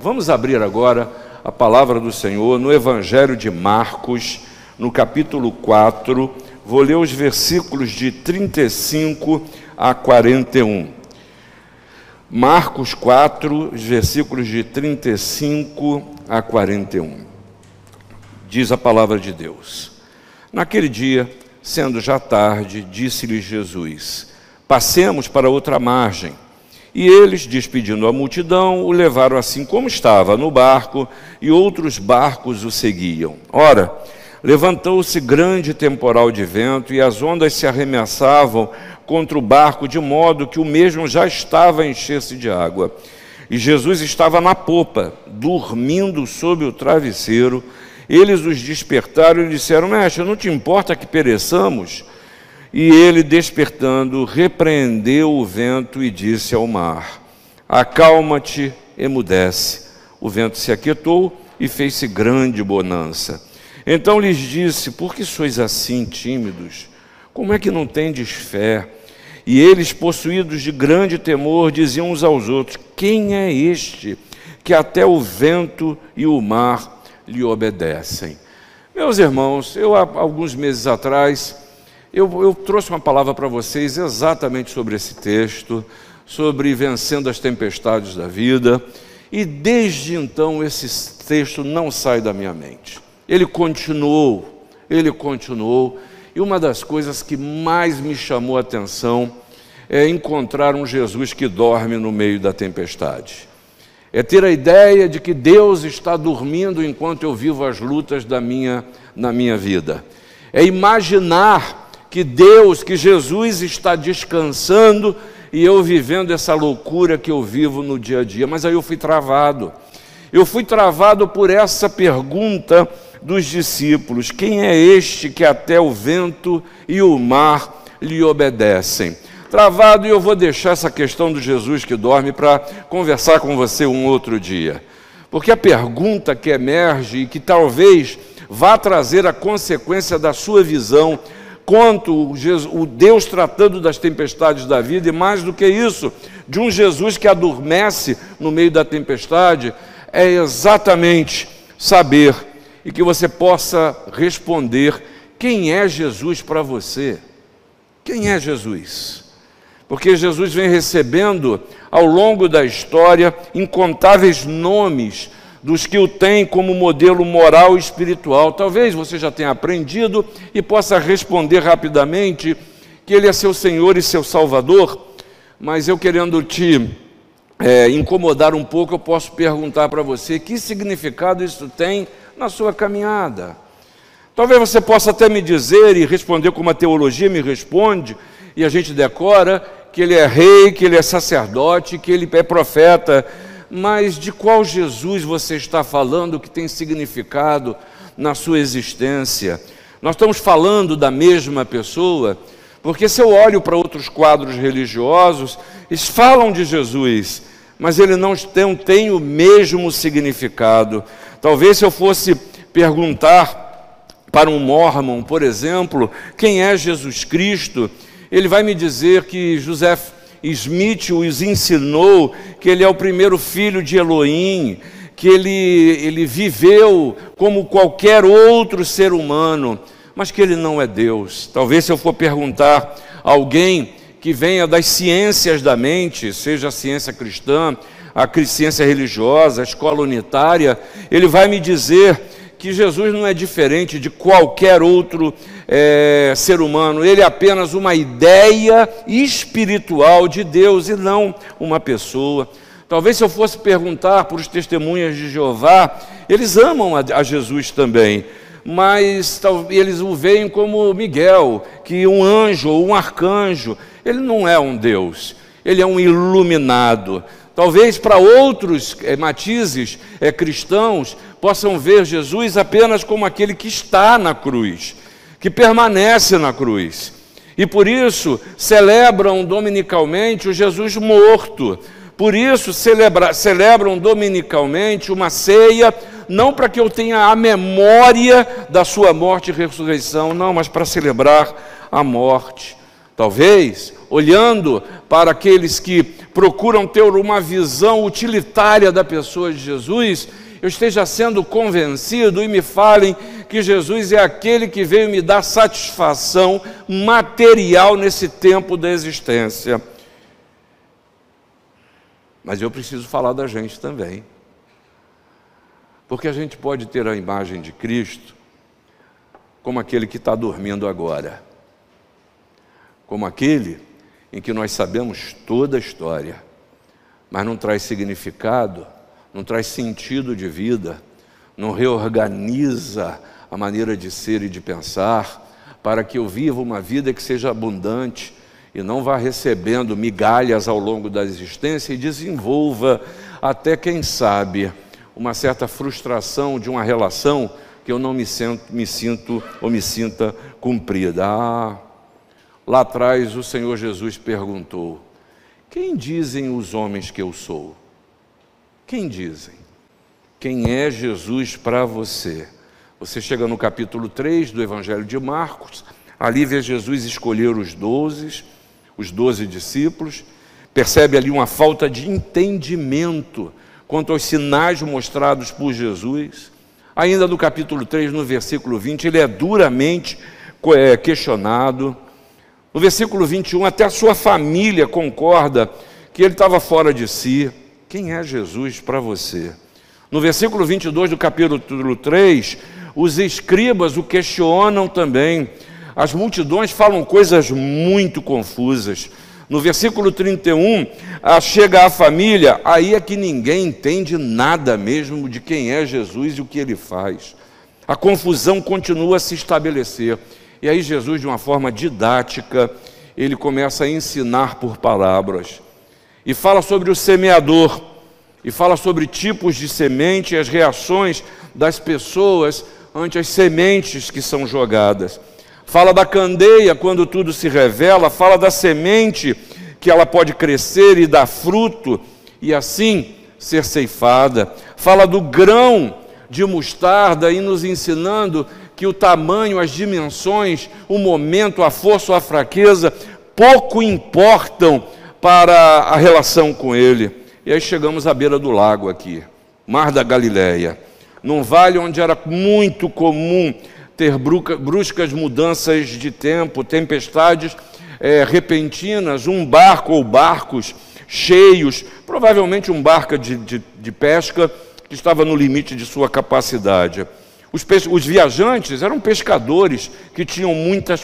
Vamos abrir agora a palavra do Senhor no Evangelho de Marcos, no capítulo 4, vou ler os versículos de 35 a 41. Marcos 4, os versículos de 35 a 41. Diz a palavra de Deus: Naquele dia, sendo já tarde, disse-lhes Jesus: Passemos para outra margem. E eles, despedindo a multidão, o levaram assim como estava, no barco, e outros barcos o seguiam. Ora, levantou-se grande temporal de vento, e as ondas se arremessavam contra o barco, de modo que o mesmo já estava a encher-se de água. E Jesus estava na popa, dormindo sob o travesseiro. Eles os despertaram e disseram: Mestre, não te importa que pereçamos? E ele, despertando, repreendeu o vento e disse ao mar: Acalma-te, emudece. O vento se aquietou e fez-se grande bonança. Então lhes disse: Por que sois assim tímidos? Como é que não tendes fé? E eles, possuídos de grande temor, diziam uns aos outros: Quem é este que até o vento e o mar lhe obedecem? Meus irmãos, há alguns meses atrás, eu trouxe uma palavra para vocês exatamente sobre esse texto, sobre vencendo as tempestades da vida, e desde então esse texto não sai da minha mente. Ele continuou, e uma das coisas que mais me chamou a atenção é encontrar um Jesus que dorme no meio da tempestade. É ter a ideia de que Deus está dormindo enquanto eu vivo as lutas na minha vida. É imaginar que Jesus está descansando e eu vivendo essa loucura que eu vivo no dia a dia. Mas aí eu fui travado. Eu fui travado por essa pergunta dos discípulos: quem é este que até o vento e o mar lhe obedecem? Travado, e eu vou deixar essa questão do Jesus que dorme para conversar com você um outro dia. Porque a pergunta que emerge e que talvez vá trazer a consequência da sua visão quanto o Deus tratando das tempestades da vida, e mais do que isso, de um Jesus que adormece no meio da tempestade, é exatamente saber e que você possa responder: quem é Jesus para você? Quem é Jesus? Porque Jesus vem recebendo ao longo da história incontáveis nomes dos que o têm como modelo moral e espiritual. Talvez você já tenha aprendido e possa responder rapidamente que Ele é seu Senhor e seu Salvador, mas eu, querendo te incomodar um pouco, eu posso perguntar para você: que significado isso tem na sua caminhada? Talvez você possa até me dizer e responder como a teologia me responde, e a gente decora que Ele é rei, que Ele é sacerdote, que Ele é profeta. Mas de qual Jesus você está falando que tem significado na sua existência? Nós estamos falando da mesma pessoa? Porque se eu olho para outros quadros religiosos, eles falam de Jesus, mas ele não tem o mesmo significado. Talvez se eu fosse perguntar para um Mormon, por exemplo, quem é Jesus Cristo, ele vai me dizer que José Smith os ensinou que ele é o primeiro filho de Elohim, que ele viveu como qualquer outro ser humano, mas que ele não é Deus. Talvez se eu for perguntar a alguém que venha das ciências da mente, seja a ciência cristã, a ciência religiosa, a escola unitária, ele vai me dizer que Jesus não é diferente de qualquer outro ser humano. Ele é apenas uma ideia espiritual de Deus e não uma pessoa. Talvez se eu fosse perguntar para os testemunhas de Jeová, eles amam a Jesus também, mas eles o veem como Miguel, que um anjo ou um arcanjo. Ele não é um Deus, ele é um iluminado. Talvez para outros matizes cristãos possam ver Jesus apenas como aquele que está na cruz, que permanece na cruz. E por isso celebram dominicalmente o Jesus morto. Por isso celebram dominicalmente uma ceia, não para que eu tenha a memória da sua morte e ressurreição, não, mas para celebrar a morte. Talvez olhando para aqueles que procuram ter uma visão utilitária da pessoa de Jesus, eu esteja sendo convencido e me falem que Jesus é aquele que veio me dar satisfação material nesse tempo da existência. Mas eu preciso falar da gente também. Porque a gente pode ter a imagem de Cristo como aquele que está dormindo agora. Como aquele em que nós sabemos toda a história, mas não traz significado, não traz sentido de vida, não reorganiza a maneira de ser e de pensar, para que eu viva uma vida que seja abundante e não vá recebendo migalhas ao longo da existência e desenvolva até, quem sabe, uma certa frustração de uma relação que eu não me sinta cumprida. Lá atrás o Senhor Jesus perguntou: quem dizem os homens que eu sou? Quem dizem? Quem é Jesus para você? Você chega no capítulo 3 do Evangelho de Marcos, ali vê Jesus escolher os 12 discípulos, percebe ali uma falta de entendimento quanto aos sinais mostrados por Jesus. Ainda no capítulo 3, no versículo 20, ele é duramente questionado. No versículo 21, até a sua família concorda que ele estava fora de si. Quem é Jesus para você? No versículo 22 do capítulo 3, os escribas o questionam também. As multidões falam coisas muito confusas. No versículo 31, chega a família, aí é que ninguém entende nada mesmo de quem é Jesus e o que ele faz. A confusão continua a se estabelecer. E aí Jesus, de uma forma didática, ele começa a ensinar por palavras. E fala sobre o semeador, e fala sobre tipos de semente e as reações das pessoas ante as sementes que são jogadas. Fala da candeia quando tudo se revela, fala da semente que ela pode crescer e dar fruto e assim ser ceifada. Fala do grão de mostarda e nos ensinando que o tamanho, as dimensões, o momento, a força ou a fraqueza pouco importam para a relação com ele. E aí chegamos à beira do lago aqui, Mar da Galileia, num vale onde era muito comum ter bruscas mudanças de tempo, tempestades repentinas, um barco ou barcos cheios, provavelmente um barco de pesca que estava no limite de sua capacidade. Os viajantes eram pescadores que tinham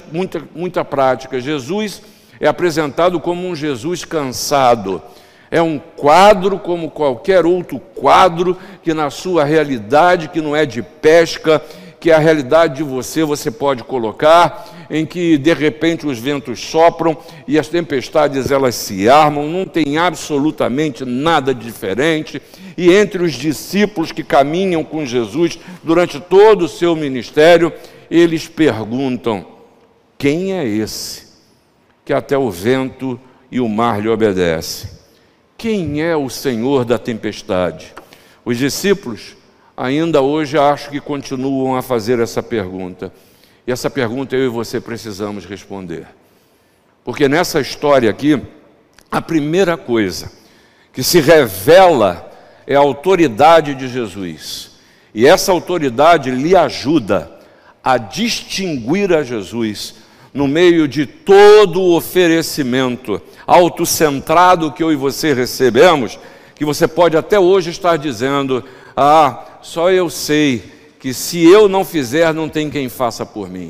muita prática. Jesus é apresentado como um Jesus cansado. É um quadro como qualquer outro quadro, que na sua realidade, que não é de pesca, que é a realidade de você pode colocar, em que de repente os ventos sopram e as tempestades elas se armam, não tem absolutamente nada diferente. E entre os discípulos que caminham com Jesus durante todo o seu ministério, eles perguntam: quem é esse que até o vento e o mar lhe obedecem? Quem é o Senhor da tempestade? Os discípulos ainda hoje acho que continuam a fazer essa pergunta. E essa pergunta eu e você precisamos responder. Porque nessa história aqui, a primeira coisa que se revela é a autoridade de Jesus. E essa autoridade lhe ajuda a distinguir a Jesus no meio de todo o oferecimento autocentrado que eu e você recebemos, que você pode até hoje estar dizendo: só eu sei que se eu não fizer, não tem quem faça por mim.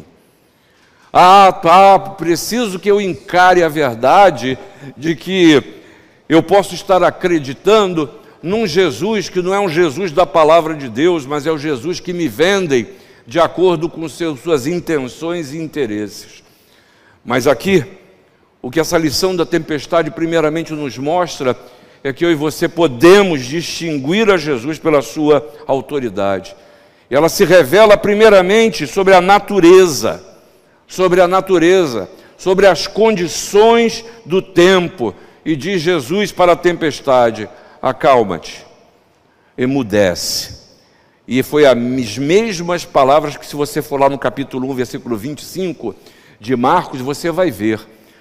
Preciso que eu encare a verdade de que eu posso estar acreditando num Jesus que não é um Jesus da palavra de Deus, mas é o Jesus que me vendem de acordo com suas intenções e interesses. Mas aqui, o que essa lição da tempestade primeiramente nos mostra é que eu e você podemos distinguir a Jesus pela sua autoridade. E ela se revela primeiramente sobre a natureza, sobre as condições do tempo. E diz Jesus para a tempestade: acalma-te, emudece. E foi as mesmas palavras que, se você for lá no capítulo 1, versículo 25 de Marcos, você vai ver.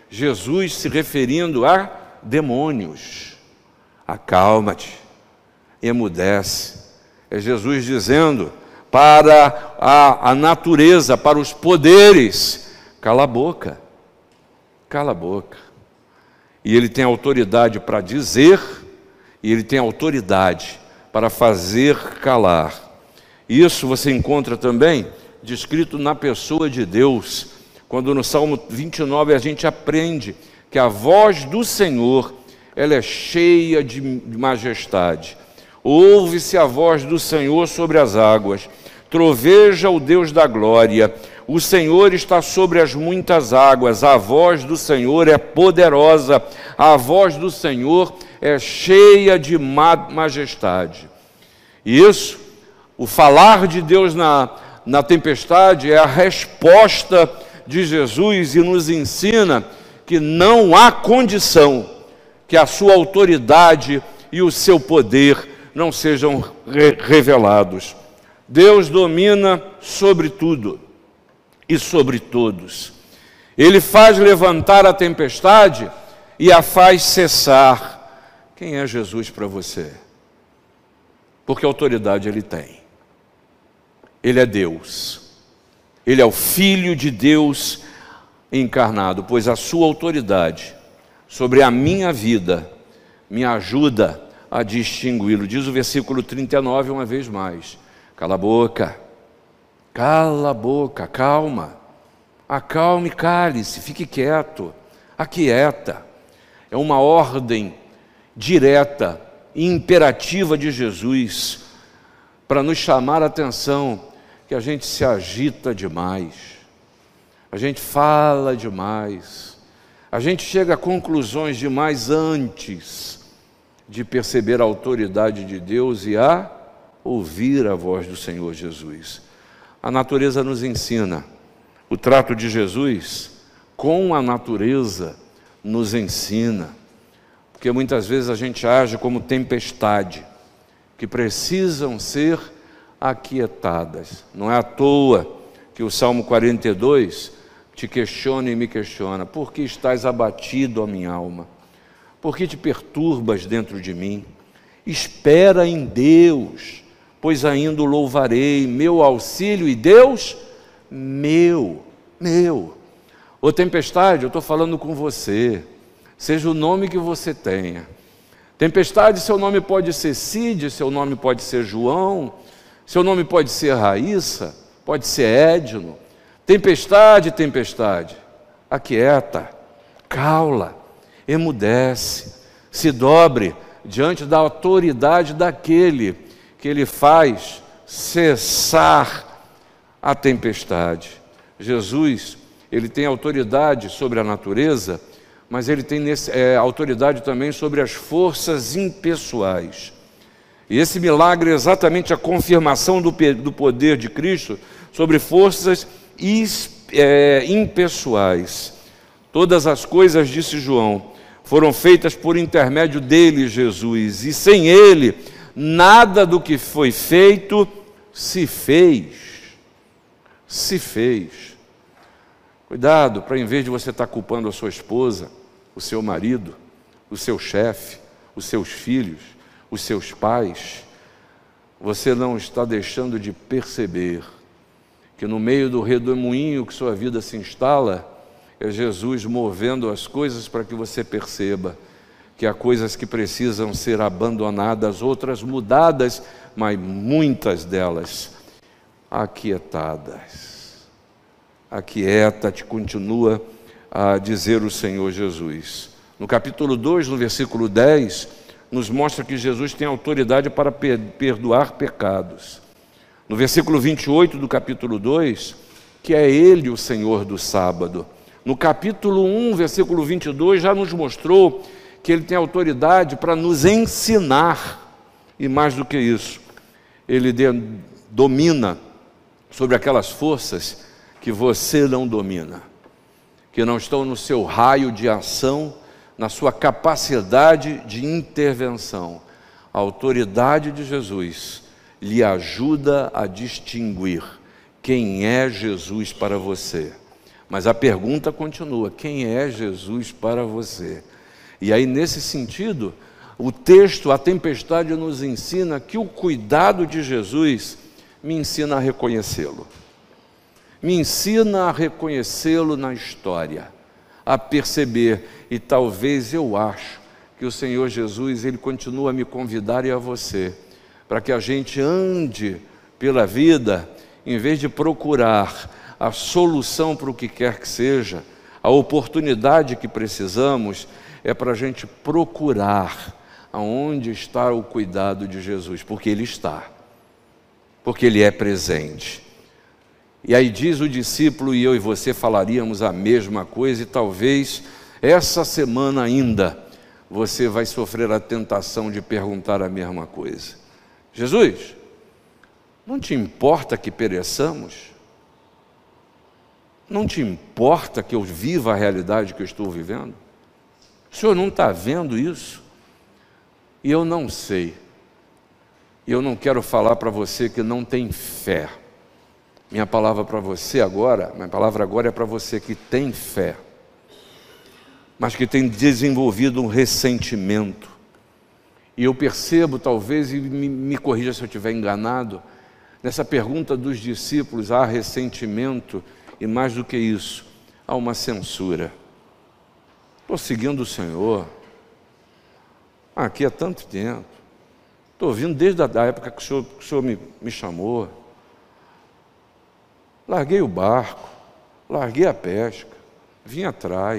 Jesus se referindo a demônios. Acalma-te, emudece. É Jesus dizendo para a natureza, para os poderes: cala a boca, cala a boca. E ele tem autoridade para dizer, e ele tem autoridade para fazer calar. Isso você encontra também descrito na pessoa de Deus, quando no Salmo 29 a gente aprende que a voz do Senhor, ela é cheia de majestade. Ouve-se a voz do Senhor sobre as águas, troveja o Deus da glória. O Senhor está sobre as muitas águas, a voz do Senhor é poderosa, a voz do Senhor é cheia de majestade. E isso, o falar de Deus na tempestade, é a resposta de Jesus, e nos ensina que não há condição que a sua autoridade e o seu poder não sejam revelados. Deus domina sobre tudo e sobre todos. Ele faz levantar a tempestade e a faz cessar. Quem é Jesus para você? Porque autoridade ele tem. Ele é Deus. Ele é o Filho de Deus encarnado, pois a sua autoridade sobre a minha vida me ajuda a distingui-lo. Diz o versículo 39 uma vez mais: cala a boca, calma, acalme, cale-se, fique quieto, aquieta. É uma ordem direta e imperativa de Jesus para nos chamar a atenção que a gente se agita demais, a gente fala demais, a gente chega a conclusões demais antes de perceber a autoridade de Deus e a ouvir a voz do Senhor Jesus. A natureza nos ensina, o trato de Jesus com a natureza nos ensina, porque muitas vezes a gente age como tempestade, que precisam ser aquietadas. Não é à toa que o Salmo 42 te questiona e me questiona: por que estás abatido, ó minha alma? Por que te perturbas dentro de mim? Espera em Deus, pois ainda o louvarei, meu auxílio e Deus meu. Ô tempestade, eu estou falando com você, seja o nome que você tenha. Tempestade, seu nome pode ser Cid, seu nome pode ser João, seu nome pode ser Raíssa, pode ser Edno. Tempestade, aquieta, cala, emudece, se dobre diante da autoridade daquele que ele faz cessar a tempestade. Jesus, ele tem autoridade sobre a natureza, mas ele tem autoridade também sobre as forças impessoais. E esse milagre é exatamente a confirmação do poder de Cristo sobre forças impessoais. Todas as coisas, disse João, foram feitas por intermédio dele, Jesus, e sem ele, nada do que foi feito se fez. Cuidado, para em vez de você estar culpando a sua esposa, o seu marido, o seu chefe, os seus filhos, os seus pais, você não está deixando de perceber que no meio do redemoinho que sua vida se instala, é Jesus movendo as coisas para que você perceba que há coisas que precisam ser abandonadas, outras mudadas, mas muitas delas aquietadas. Aquieta-te, continua a dizer o Senhor Jesus. No capítulo 2, no versículo 10, nos mostra que Jesus tem autoridade para perdoar pecados. No versículo 28 do capítulo 2, que é Ele o Senhor do sábado. No capítulo 1, versículo 22, já nos mostrou que Ele tem autoridade para nos ensinar. E mais do que isso, Ele domina sobre aquelas forças que você não domina, que não estão no seu raio de ação, na sua capacidade de intervenção. A autoridade de Jesus lhe ajuda a distinguir quem é Jesus para você. Mas a pergunta continua: quem é Jesus para você? E aí, nesse sentido, o texto, a tempestade, nos ensina que o cuidado de Jesus me ensina a reconhecê-lo. Me ensina a reconhecê-lo na história, a perceber. E talvez eu acho que o Senhor Jesus, Ele continua a me convidar e a você, para que a gente ande pela vida, em vez de procurar a solução para o que quer que seja, a oportunidade que precisamos, é para a gente procurar aonde está o cuidado de Jesus, porque Ele está, porque Ele é presente. E aí diz o discípulo, e eu e você falaríamos a mesma coisa, e talvez essa semana ainda você vai sofrer a tentação de perguntar a mesma coisa: Jesus, não te importa que pereçamos? Não te importa que eu viva a realidade que eu estou vivendo? O Senhor não está vendo isso? E eu não sei. E eu não quero falar para você que não tem fé. Minha palavra para você agora, minha palavra agora é para você que tem fé, mas que tem desenvolvido um ressentimento. E eu percebo, talvez, e me corrija se eu estiver enganado, nessa pergunta dos discípulos: há ressentimento, e mais do que isso, há uma censura. Estou seguindo o Senhor aqui há tanto tempo, estou ouvindo desde a época que o Senhor me chamou. Larguei o barco, larguei a pesca, vim atrás.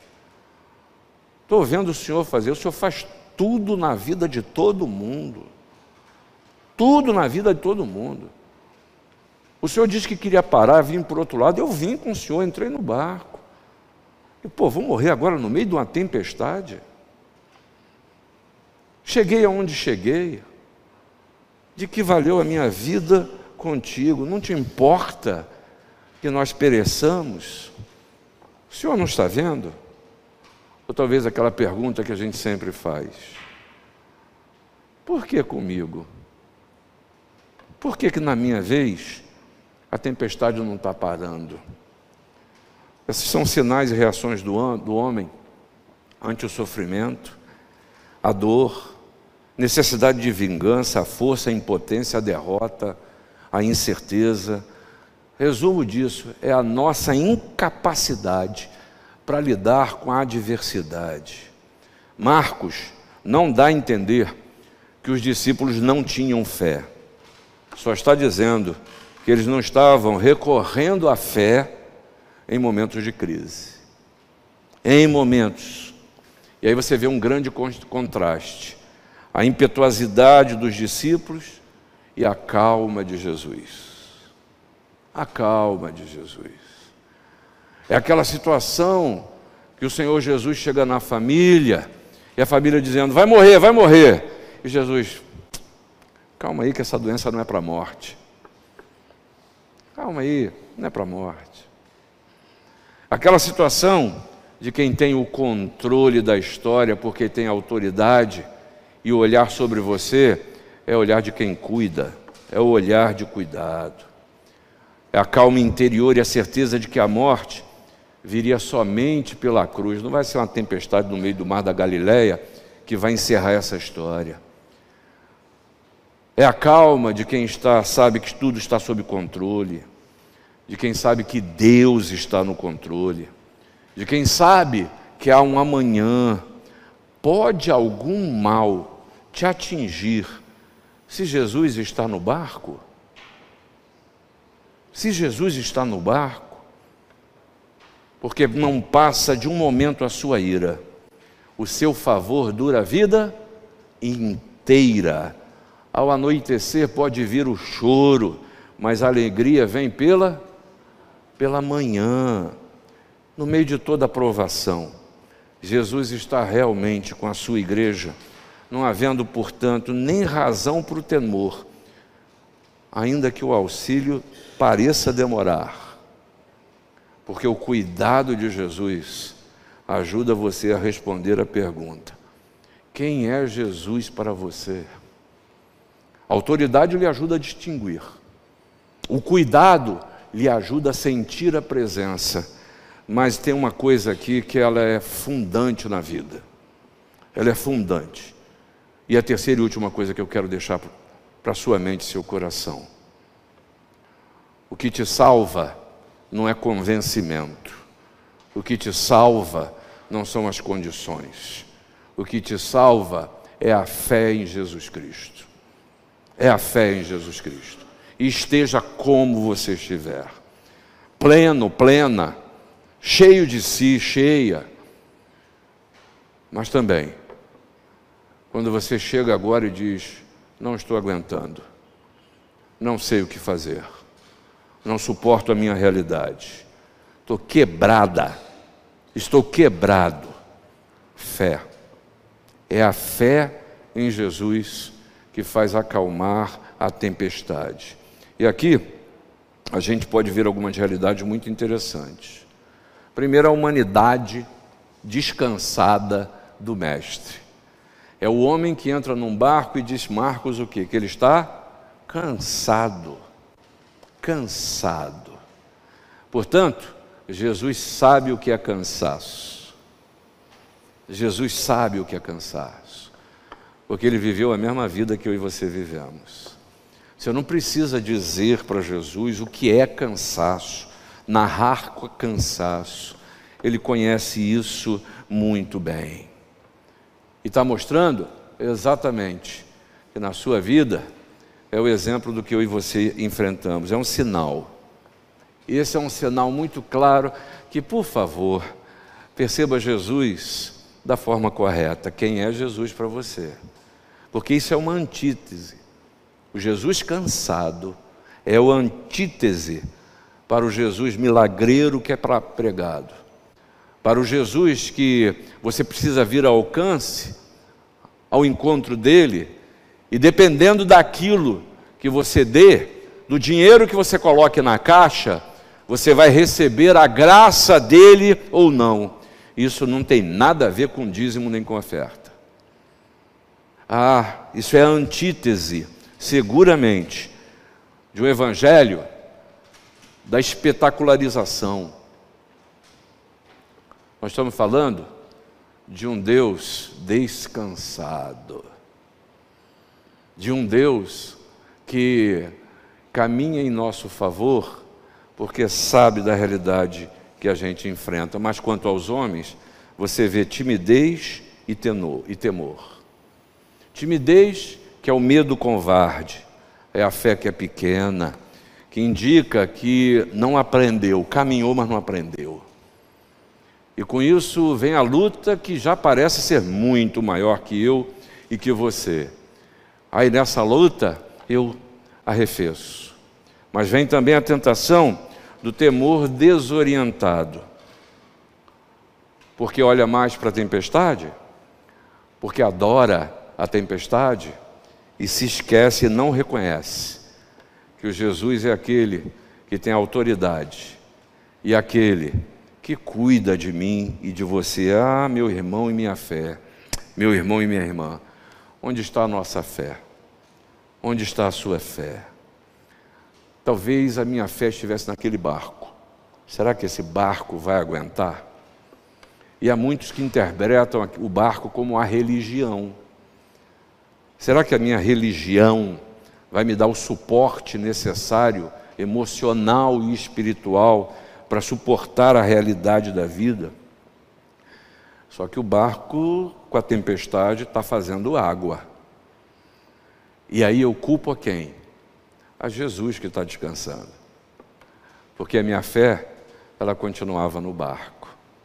Estou vendo o Senhor fazer. O Senhor faz tudo na vida de todo mundo. Tudo na vida de todo mundo. O Senhor disse que queria parar, vim por outro lado. Eu vim com o Senhor, entrei no barco. E, vou morrer agora no meio de uma tempestade? Cheguei aonde cheguei. De que valeu a minha vida contigo? Não te importa que nós pereçamos? O Senhor não está vendo? Ou talvez aquela pergunta que a gente sempre faz: por que comigo? Por que na minha vez a tempestade não está parando? Esses são sinais e reações do homem ante o sofrimento, a dor, necessidade de vingança, a força, a impotência, a derrota, a incerteza. Resumo disso é a nossa incapacidade para lidar com a adversidade. Marcos não dá a entender que os discípulos não tinham fé. Só está dizendo que eles não estavam recorrendo à fé em momentos de crise. Em momentos. E aí você vê um grande contraste: a impetuosidade dos discípulos e a calma de Jesus. A calma de Jesus. É aquela situação que o Senhor Jesus chega na família, e a família dizendo: vai morrer, vai morrer. E Jesus: calma aí que essa doença não é para a morte. Calma aí, não é para a morte. Aquela situação de quem tem o controle da história, porque tem autoridade, e o olhar sobre você é o olhar de quem cuida, é o olhar de cuidado. É a calma interior e a certeza de que a morte viria somente pela cruz. Não vai ser uma tempestade no meio do mar da Galileia que vai encerrar essa história. É a calma de quem sabe que tudo está sob controle, de quem sabe que Deus está no controle, de quem sabe que há um amanhã. Pode algum mal te atingir se Jesus está no barco? Se Jesus está no barco, porque não passa de um momento a sua ira, o seu favor dura a vida inteira. Ao anoitecer pode vir o choro, mas a alegria vem pela manhã. No meio de toda a provação, Jesus está realmente com a sua igreja, não havendo, portanto, nem razão para o temor, ainda que o auxílio pareça demorar, porque o cuidado de Jesus ajuda você a responder a pergunta: quem é Jesus para você? A autoridade lhe ajuda a distinguir, o cuidado lhe ajuda a sentir a presença, mas tem uma coisa aqui que ela é fundante na vida. Ela é fundante. E a terceira e última coisa que eu quero deixar para sua mente e seu coração. O que te salva não é convencimento. O que te salva não são as condições. O que te salva é a fé em Jesus Cristo. É a fé em Jesus Cristo. E esteja como você estiver. Pleno, plena, cheio de si, cheia. Mas também, quando você chega agora e diz, não estou aguentando, não sei o que fazer, não suporto a minha realidade, estou quebrada, estou quebrado. Fé. É a fé em Jesus que faz acalmar a tempestade. E aqui a gente pode ver algumas realidades muito interessantes. Primeiro, a humanidade descansada do Mestre. É o homem que entra num barco e diz, Marcos, o quê? Que ele está cansado. Cansado. Portanto, Jesus sabe o que é cansaço. Jesus sabe o que é cansaço. Porque ele viveu a mesma vida que eu e você vivemos. Você não precisa dizer para Jesus o que é cansaço, narrar cansaço. Ele conhece isso muito bem. E está mostrando exatamente que na sua vida é o exemplo do que eu e você enfrentamos. É um sinal. E esse é um sinal muito claro que, por favor, perceba Jesus da forma correta. Quem é Jesus para você? Porque isso é uma antítese. O Jesus cansado é o antítese para o Jesus milagreiro que é pregado. Para o Jesus que você precisa vir ao alcance, ao encontro dele, e dependendo daquilo que você dê, do dinheiro que você coloque na caixa, você vai receber a graça dele ou não. Isso não tem nada a ver com dízimo nem com oferta. Isso é a antítese, seguramente, de um evangelho da espetacularização. Nós estamos falando de um Deus descansado, de um Deus que caminha em nosso favor, porque sabe da realidade que a gente enfrenta. Mas quanto aos homens, você vê timidez e temor. Timidez, que é o medo covarde, é a fé que é pequena, que indica que não aprendeu, caminhou, mas não aprendeu. E com isso vem a luta que já parece ser muito maior que eu e que você. Aí nessa luta eu arrefeço. Mas vem também a tentação do temor desorientado. Porque olha mais para a tempestade, porque adora a tempestade e se esquece e não reconhece que o Jesus é aquele que tem autoridade e aquele que cuida de mim e de você. Meu irmão e minha fé, meu irmão e minha irmã, onde está a nossa fé? Onde está a sua fé? Talvez a minha fé estivesse naquele barco. Será que esse barco vai aguentar? E há muitos que interpretam o barco como a religião. Será que a minha religião vai me dar o suporte necessário, emocional e espiritual, para suportar a realidade da vida? Só que o barco, com a tempestade, está fazendo água. E aí eu culpo a quem? A Jesus que está descansando. Porque a minha fé, ela continuava no barco.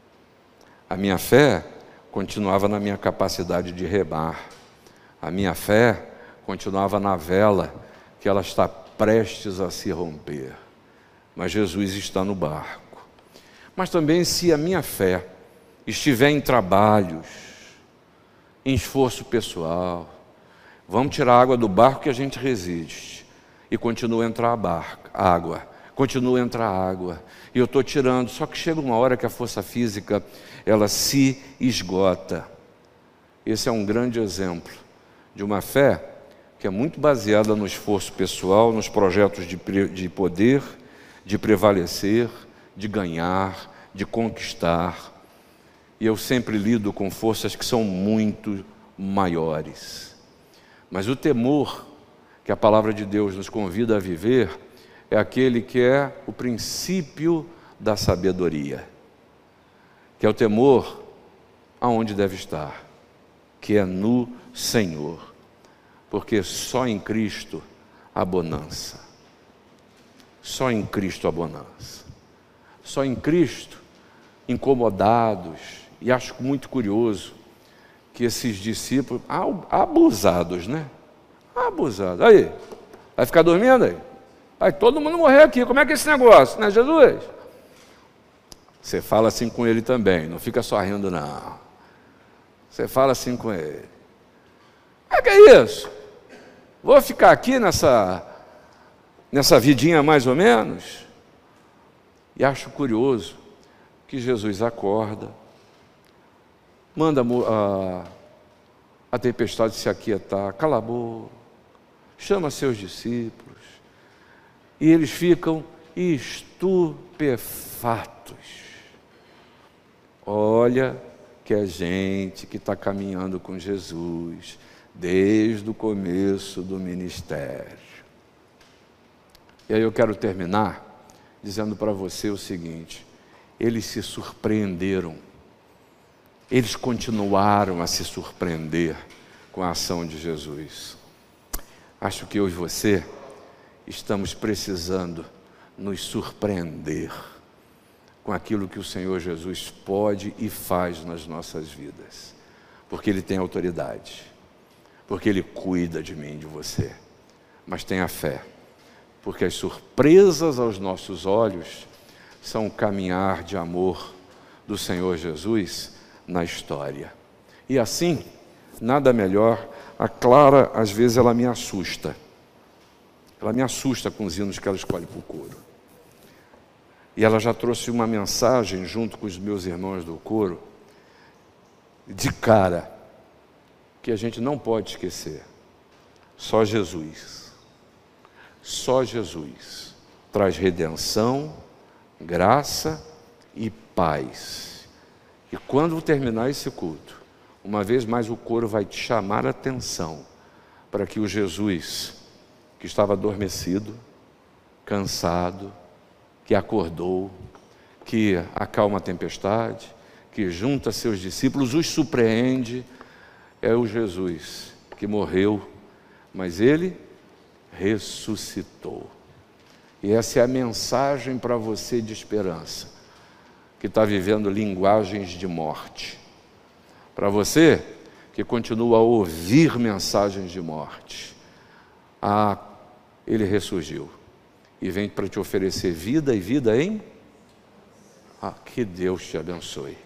A minha fé continuava na minha capacidade de remar. A minha fé continuava na vela, que ela está prestes a se romper. Mas Jesus está no barco. Mas também se a minha fé estiver em trabalhos, em esforço pessoal, vamos tirar a água do barco que a gente resiste. E continua a entrar água, continua a entrar água. E eu estou tirando, só que chega uma hora que a força física, ela se esgota. Esse é um grande exemplo de uma fé que é muito baseada no esforço pessoal, nos projetos de poder, de prevalecer, de ganhar, de conquistar. E eu sempre lido com forças que são muito maiores. Mas o temor que a palavra de Deus nos convida a viver é aquele que é o princípio da sabedoria, que é o temor aonde deve estar, que é no Senhor, porque só em Cristo há bonança, só em Cristo há bonança, só em Cristo incomodados. E acho muito curioso que esses discípulos, abusados, né? Abusados. Aí, vai ficar dormindo aí? Vai todo mundo morrer aqui, como é que é esse negócio, né, Jesus? Você fala assim com ele também, não fica só rindo, não. Você fala assim com ele. Que é isso? Vou ficar aqui nessa vidinha mais ou menos? E acho curioso que Jesus acorda, manda a tempestade se aquietar, cala a boca, chama seus discípulos, e eles ficam estupefatos. Olha que é gente que está caminhando com Jesus desde o começo do ministério. E aí eu quero terminar dizendo para você o seguinte: eles se surpreenderam, eles continuaram a se surpreender com a ação de Jesus. Acho que eu e você estamos precisando nos surpreender com aquilo que o Senhor Jesus pode e faz nas nossas vidas, porque Ele tem autoridade, porque Ele cuida de mim e de você. Mas tenha fé, porque as surpresas aos nossos olhos são o caminhar de amor do Senhor Jesus na história. E assim, nada melhor. A Clara, às vezes, ela me assusta. Ela me assusta com os hinos que ela escolhe para o coro. E ela já trouxe uma mensagem junto com os meus irmãos do coro, de cara, que a gente não pode esquecer. Só Jesus. Só Jesus traz redenção, graça e paz. E quando terminar esse culto, uma vez mais o coro vai te chamar a atenção para que o Jesus que estava adormecido, cansado, que acordou, que acalma a tempestade, que junta seus discípulos, os surpreende, é o Jesus que morreu, mas Ele ressuscitou. E essa é a mensagem para você de esperança, que está vivendo linguagens de morte. Para você que continua a ouvir mensagens de morte, Ele ressurgiu e vem para te oferecer vida e vida em... que Deus te abençoe.